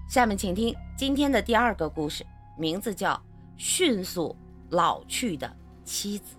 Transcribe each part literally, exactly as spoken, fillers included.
下面请听今天的第二个故事，名字叫《迅速老去的妻子》。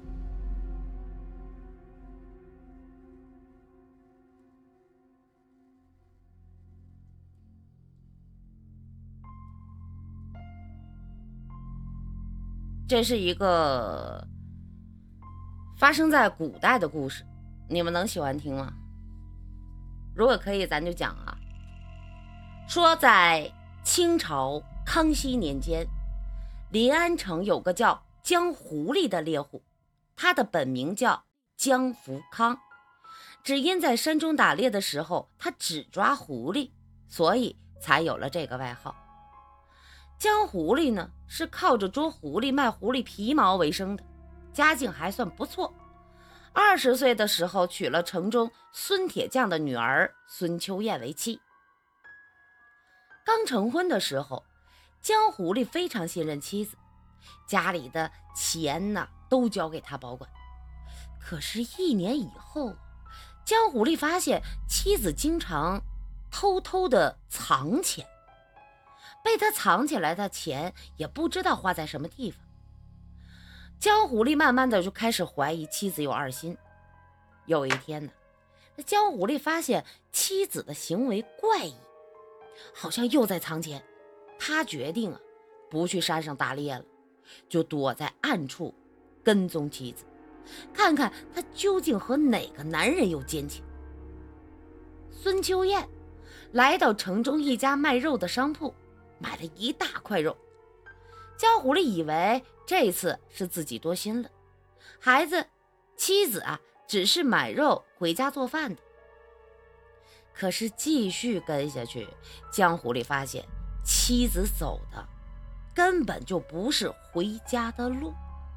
这是一个发生在古代的故事，你们能喜欢听吗？如果可以，咱就讲啊。说在清朝康熙年间，临安城有个叫江狐狸的猎户，他的本名叫江福康，只因在山中打猎的时候他只抓狐狸，所以才有了这个外号。江狐狸呢，是靠着捉狐狸卖狐狸皮毛为生的，家境还算不错。二十岁的时候娶了城中孙铁匠的女儿孙秋燕为妻。刚成婚的时候，江狐狸非常信任妻子，家里的钱呢都交给他保管。可是一年以后，江狐狸发现妻子经常偷偷的藏钱，被他藏起来的钱也不知道花在什么地方。江狐狸慢慢的就开始怀疑妻子有二心。有一天呢，江狐狸发现妻子的行为怪异，好像又在藏钱。他决定啊，不去山上打猎了，就躲在暗处跟踪妻子，看看他究竟和哪个男人有奸情。孙秋燕来到城中一家卖肉的商铺，买了一大块肉。江狐狸以为这次是自己多心了，孩子妻子啊只是买肉回家做饭的。可是继续跟下去，江狐狸发现妻子走的根本就不是回家的路。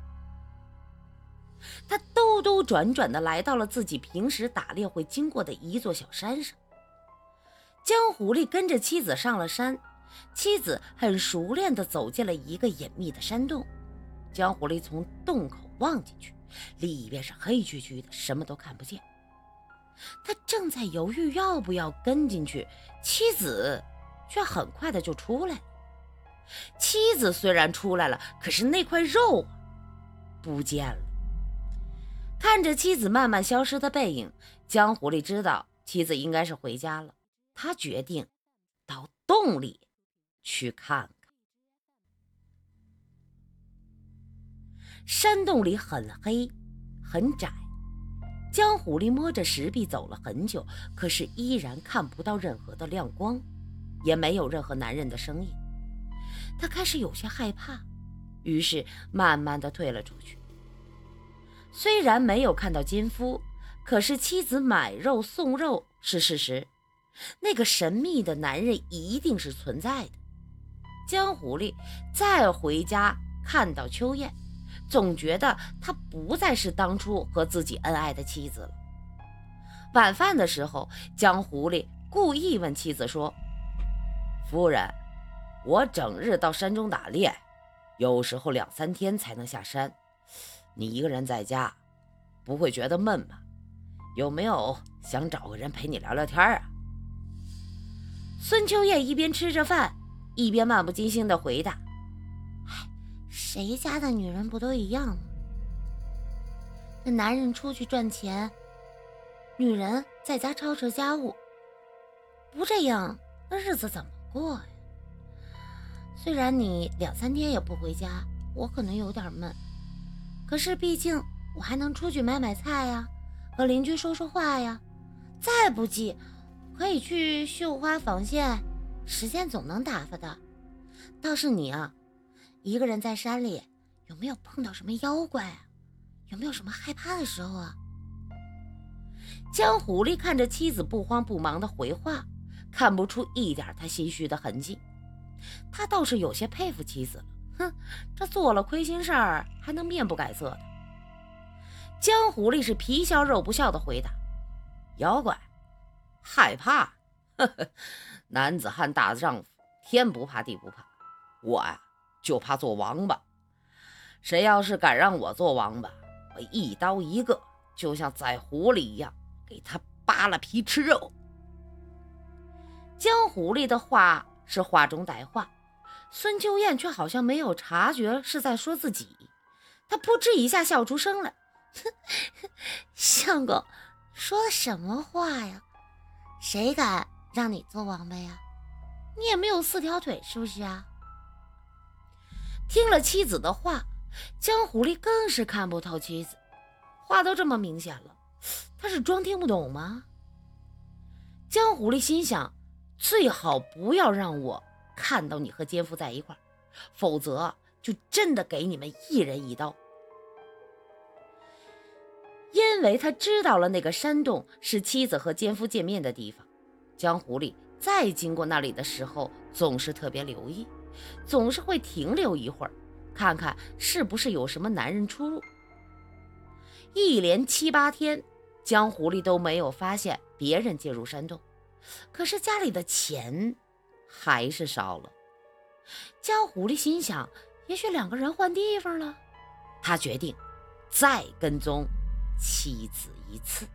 他兜兜转转的来到了自己平时打猎会经过的一座小山上。江狐狸跟着妻子上了山，妻子很熟练地走进了一个隐秘的山洞。江狐狸从洞口望进去，里边是黑黢黢的，什么都看不见。他正在犹豫要不要跟进去，妻子却很快的就出来了。妻子虽然出来了，可是那块肉不见了。看着妻子慢慢消失的背影，江狐狸知道妻子应该是回家了。他决定到洞里去看看。山洞里很黑很窄，江狐狸摸着石壁走了很久，可是依然看不到任何的亮光，也没有任何男人的声音。他开始有些害怕，于是慢慢地退了出去。虽然没有看到金夫，可是妻子买肉送肉是事实，那个神秘的男人一定是存在的。江狐狸再回家看到秋燕，总觉得她不再是当初和自己恩爱的妻子了。晚饭的时候，江狐狸故意问妻子说：夫人，我整日到山中打猎，有时候两三天才能下山，你一个人在家不会觉得闷吗？有没有想找个人陪你聊聊天啊？孙秋燕一边吃着饭，一边漫不经心地回答：谁家的女人不都一样吗？那男人出去赚钱，女人在家操持家务，不这样那日子怎么过呀？虽然你两三天也不回家，我可能有点闷，可是毕竟我还能出去买买菜呀，和邻居说说话呀，再不济可以去绣花纺线，时间总能打发的。倒是你啊，一个人在山里，有没有碰到什么妖怪啊？有没有什么害怕的时候啊？江狐狸看着妻子不慌不忙的回话，看不出一点他心虚的痕迹。他倒是有些佩服妻子了，哼，这做了亏心事儿还能面不改色的。江狐狸是皮笑肉不笑的回答：妖怪害怕？呵呵，男子汉大丈夫，天不怕地不怕，我呀、啊、就怕做王八。谁要是敢让我做王八，我一刀一个，就像宰狐狸一样，给他扒了皮吃肉。江狐狸的话是话中带话，孙秋燕却好像没有察觉是在说自己。她扑哧一下笑出声来：“相公说的什么话呀？谁敢让你做王八呀？你也没有四条腿是不是啊？”听了妻子的话，江狐狸更是看不透妻子，话都这么明显了，他是装听不懂吗？江狐狸心想，最好不要让我看到你和奸夫在一块儿，否则就真的给你们一人一刀。因为他知道了那个山洞是妻子和奸夫见面的地方，江狐狸再经过那里的时候总是特别留意，总是会停留一会儿，看看是不是有什么男人出入。一连七八天，江狐狸都没有发现别人进入山洞，可是家里的钱还是少了。江狐狸心想，也许两个人换地方了。他决定再跟踪妻子一次。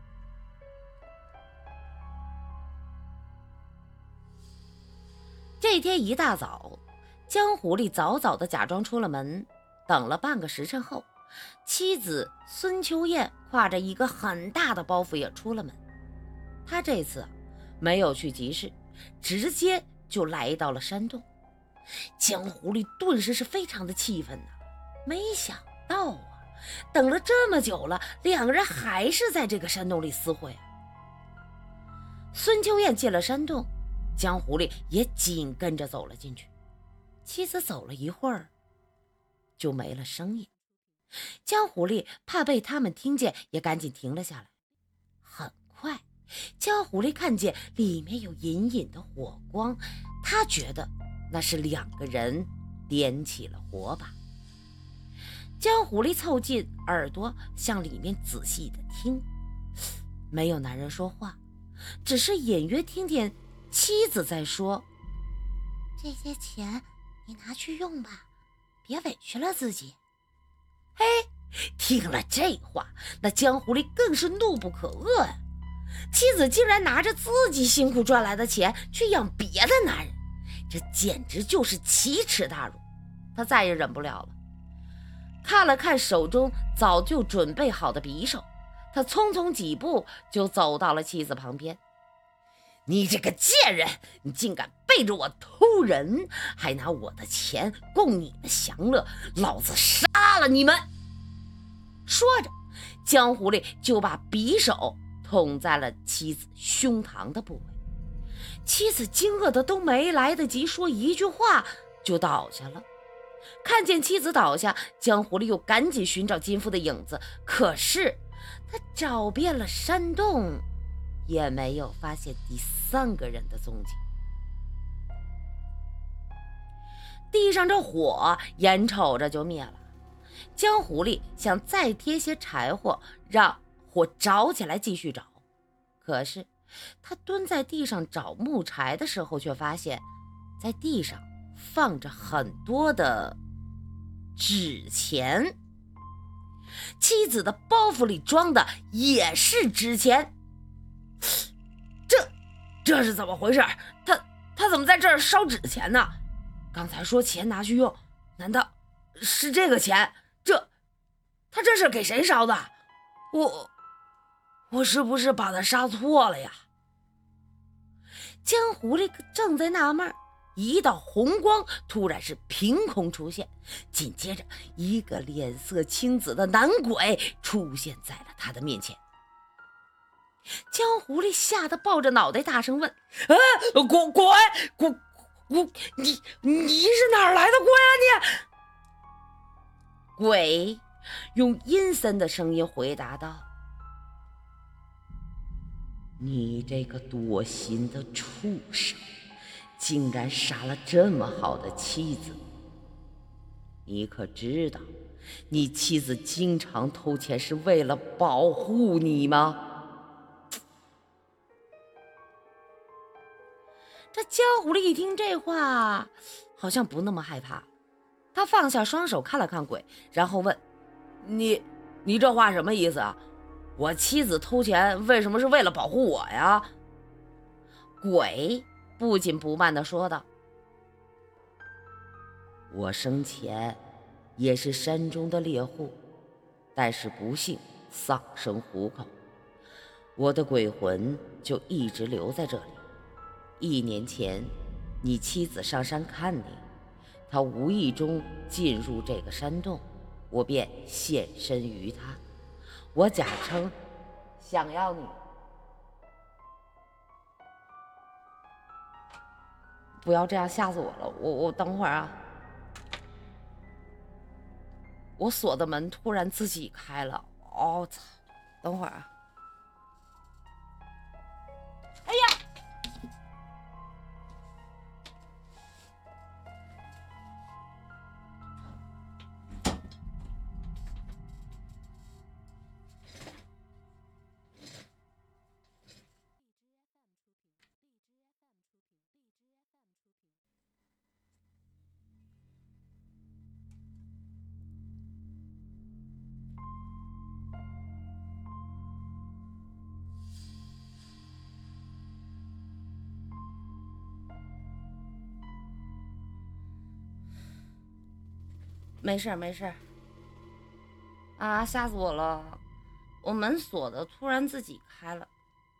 这天一大早，江狐狸早早地假装出了门，等了半个时辰后，妻子孙秋燕挎着一个很大的包袱也出了门。他这次没有去集市，直接就来到了山洞。江狐狸顿时是非常的气愤呐、啊，没想到啊，等了这么久了，两个人还是在这个山洞里厮混啊。孙秋燕进了山洞，江狐狸也紧跟着走了进去。妻子走了一会儿就没了声音，江狐狸怕被他们听见，也赶紧停了下来。很快江狐狸看见里面有隐隐的火光，他觉得那是两个人点起了火把。江狐狸凑近耳朵向里面仔细的听，没有男人说话，只是隐约听见妻子在说：“这些钱你拿去用吧，别委屈了自己。”嘿，听了这话，那江狐狸更是怒不可遏呀、啊！妻子竟然拿着自己辛苦赚来的钱去养别的男人，这简直就是奇耻大辱！他再也忍不了了，看了看手中早就准备好的匕首，他匆匆几步就走到了妻子旁边。“你这个贱人，你竟敢背着我偷人，还拿我的钱供你们享乐，老子杀了你们！”说着，江狐狸就把匕首捅在了妻子胸膛的部位。妻子惊愕的都没来得及说一句话就倒下了。看见妻子倒下，江狐狸又赶紧寻找奸夫的影子，可是他找遍了山洞，也没有发现第三个人的踪迹。地上这火眼瞅着就灭了，江狐狸想再贴些柴火让火着起来继续找，可是他蹲在地上找木柴的时候，却发现在地上放着很多的纸钱，妻子的包袱里装的也是纸钱。这这是怎么回事？他他怎么在这儿烧纸钱呢？刚才说钱拿去用，难道是这个钱？这他这是给谁烧的？我我是不是把他杀错了呀？江狐狸正在纳闷，一道红光突然是凭空出现，紧接着一个脸色青紫的男鬼出现在了他的面前。江狐狸吓得抱着脑袋大声问：“啊，鬼鬼鬼鬼，你你是哪儿来的鬼啊你？”鬼用阴森的声音回答道：“你这个多心的畜生，竟然杀了这么好的妻子！你可知道，你妻子经常偷钱是为了保护你吗？”这江狐狸一听这话，好像不那么害怕。他放下双手看了看鬼，然后问：“你你这话什么意思啊？我妻子偷钱为什么是为了保护我呀？”鬼不紧不慢地说道：“ 我生前也是山中的猎户，但是不幸丧生虎口，我的鬼魂就一直留在这里。一年前，你妻子上山看你，她无意中进入这个山洞，我便现身于她。我假称想要你，不要这样吓死我了。我我等会儿啊，我锁的门突然自己开了。哦操！等会儿啊。哎呀！没事没事啊，吓死我了！我门锁的突然自己开了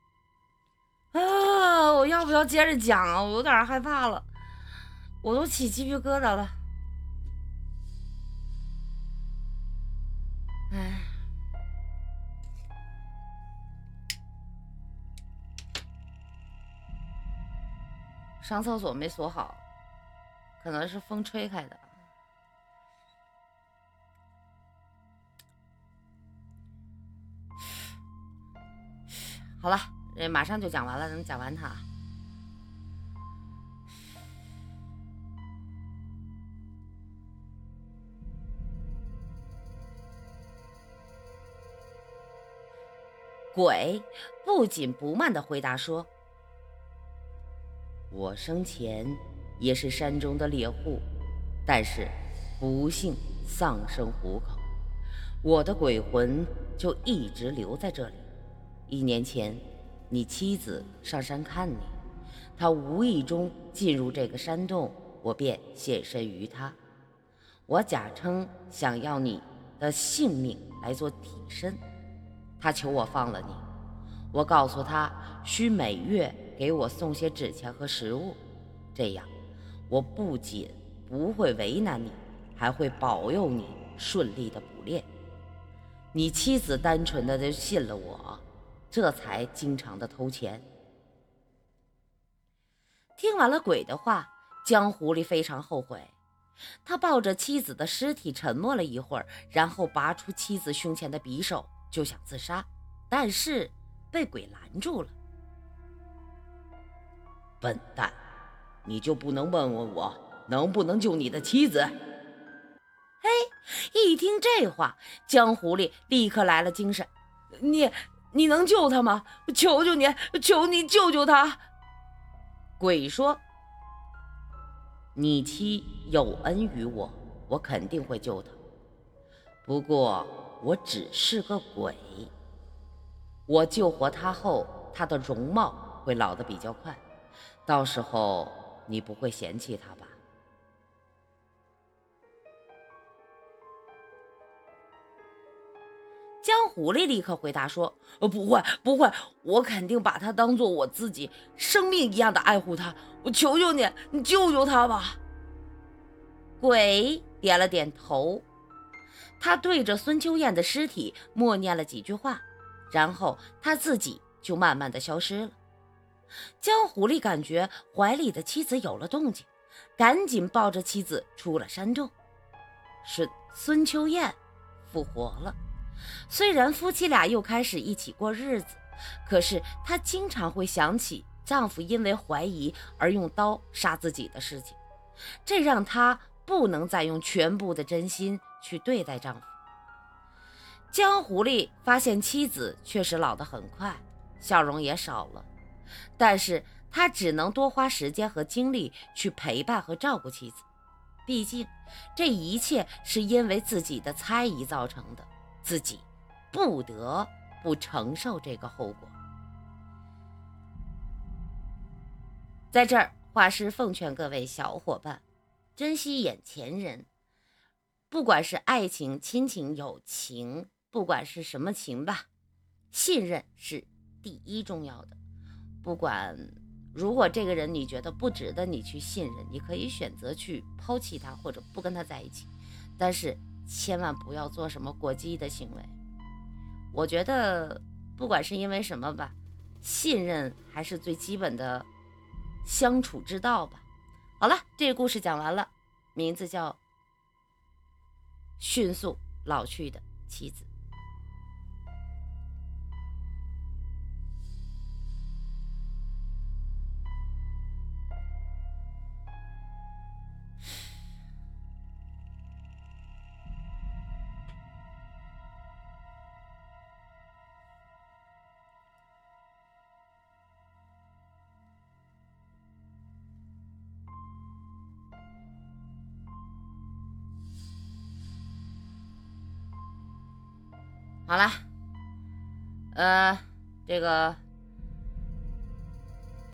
啊！我要不要接着讲啊？我有点害怕了，我都起鸡皮疙瘩了。哎，上厕所没锁好，可能是风吹开的。好了，马上就讲完了，咱们讲完它。鬼不紧不慢地回答说：“我生前也是山中的猎户，但是不幸丧生虎口，我的鬼魂就一直留在这里。一年前，你妻子上山看你，她无意中进入这个山洞，我便现身于她。我假称想要你的性命来做替身，她求我放了你。我告诉她需每月给我送些纸钱和食物，这样我不仅不会为难你，还会保佑你顺利的捕猎。你妻子单纯的就信了我，这才经常的偷钱。”听完了鬼的话，江狐狸非常后悔，他抱着妻子的尸体沉默了一会儿，然后拔出妻子胸前的匕首就想自杀，但是被鬼拦住了。“笨蛋，你就不能问问我能不能救你的妻子？”嘿，一听这话，江狐狸立刻来了精神：“你你能救他吗？求求你，求你救救他！”鬼说：“你妻有恩于我，我肯定会救她。不过我只是个鬼，我救活她后，她的容貌会老得比较快，到时候你不会嫌弃她吧？”江狐狸立刻回答说：“呃，不会，不会，我肯定把她当做我自己生命一样的爱护她。我求求你，你救救她吧！”鬼点了点头，他对着孙秋燕的尸体默念了几句话，然后他自己就慢慢的消失了。江狐狸感觉怀里的妻子有了动静，赶紧抱着妻子出了山洞。是孙秋燕复活了。虽然夫妻俩又开始一起过日子，可是她经常会想起丈夫因为怀疑而用刀杀自己的事情，这让她不能再用全部的真心去对待丈夫。江狐狸发现妻子确实老得很快，笑容也少了，但是他只能多花时间和精力去陪伴和照顾妻子，毕竟这一切是因为自己的猜疑造成的，自己不得不承受这个后果。在这儿，画师奉劝各位小伙伴， 珍惜眼前人，不管是爱情、亲情、友情，不管是什么情吧，信任是第一重要的。不管如果这个人你觉得不值得你去信任，你可以选择去抛弃他或者不跟他在一起，但是千万不要做什么过激的行为。我觉得不管是因为什么吧，信任还是最基本的相处之道吧。好了，这个故事讲完了，名字叫《迅速老去的妻子》。好了，呃，这个